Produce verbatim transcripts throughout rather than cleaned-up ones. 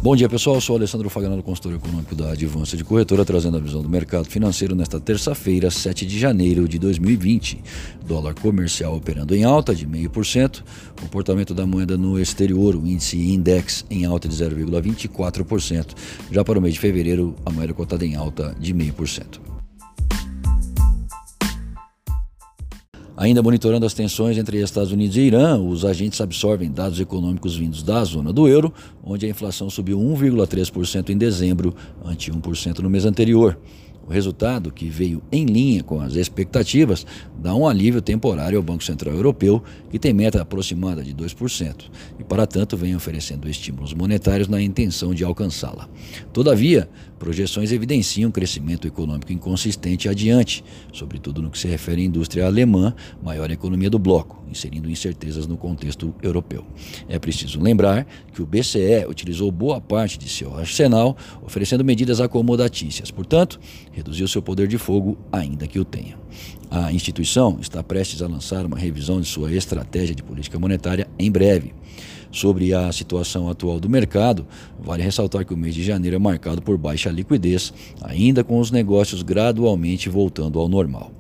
Bom dia, pessoal. Eu sou Alessandro Fagnano, consultor econômico da Advança de Corretora, trazendo a visão do mercado financeiro nesta terça-feira, sete de janeiro de dois mil e vinte. Dólar comercial operando em alta de zero vírgula cinco por cento. Comportamento da moeda no exterior, o índice Index em alta de zero vírgula vinte e quatro por cento. Já para o mês de fevereiro, a moeda cotada em alta de zero vírgula cinco por cento. Ainda monitorando as tensões entre Estados Unidos e Irã, os agentes absorvem dados econômicos vindos da zona do euro, onde a inflação subiu um vírgula três por cento em dezembro, ante um por cento no mês anterior. O resultado, que veio em linha com as expectativas, dá um alívio temporário ao Banco Central Europeu, que tem meta aproximada de dois por cento, e para tanto vem oferecendo estímulos monetários na intenção de alcançá-la. Todavia, projeções evidenciam um crescimento econômico inconsistente adiante, sobretudo no que se refere à indústria alemã, maior economia do bloco, inserindo incertezas no contexto europeu. É preciso lembrar que o B C E utilizou boa parte de seu arsenal, oferecendo medidas acomodatícias, portanto, reduziu seu poder de fogo, ainda que o tenha. A instituição está prestes a lançar uma revisão de sua estratégia de política monetária em breve. Sobre a situação atual do mercado, vale ressaltar que o mês de janeiro é marcado por baixa liquidez, ainda com os negócios gradualmente voltando ao normal.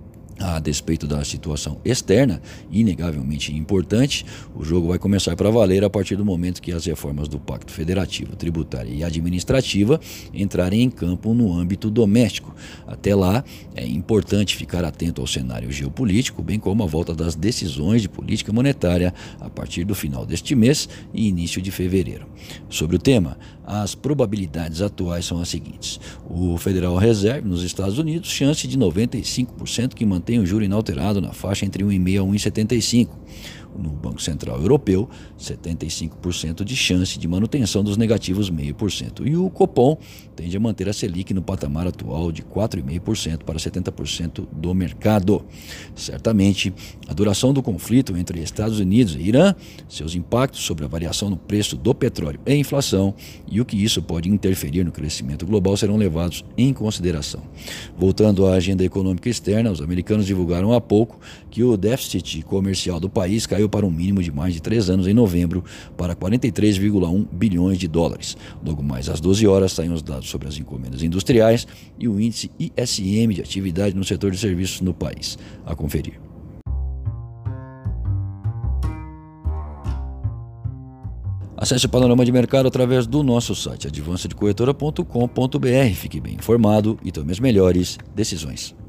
A despeito da situação externa, inegavelmente importante, o jogo vai começar para valer a partir do momento que as reformas do Pacto Federativo, Tributária e Administrativa entrarem em campo no âmbito doméstico. Até lá, é importante ficar atento ao cenário geopolítico, bem como à volta das decisões de política monetária a partir do final deste mês e início de fevereiro. Sobre o tema, as probabilidades atuais são as seguintes: o Federal Reserve nos Estados Unidos, chance de noventa e cinco por cento que mantém tem o juro inalterado na faixa entre um vírgula cinco a um vírgula setenta e cinco. No Banco Central Europeu, setenta e cinco por cento de chance de manutenção dos negativos zero vírgula cinco por cento. E o Copom tende a manter a Selic no patamar atual de quatro vírgula cinco por cento para setenta por cento do mercado. Certamente, a duração do conflito entre Estados Unidos e Irã, seus impactos sobre a variação no preço do petróleo e inflação e o que isso pode interferir no crescimento global serão levados em consideração. Voltando à agenda econômica externa, os americanos divulgaram há pouco que o déficit comercial do país caiu para um mínimo de mais de três anos em novembro, para quarenta e três vírgula um bilhões de dólares. Logo mais às doze horas saem os dados sobre as encomendas industriais e o índice I S M de atividade no setor de serviços no país. A conferir. Acesse o panorama de mercado através do nosso site advança de corretora ponto com ponto br. Fique bem informado e tome as melhores decisões.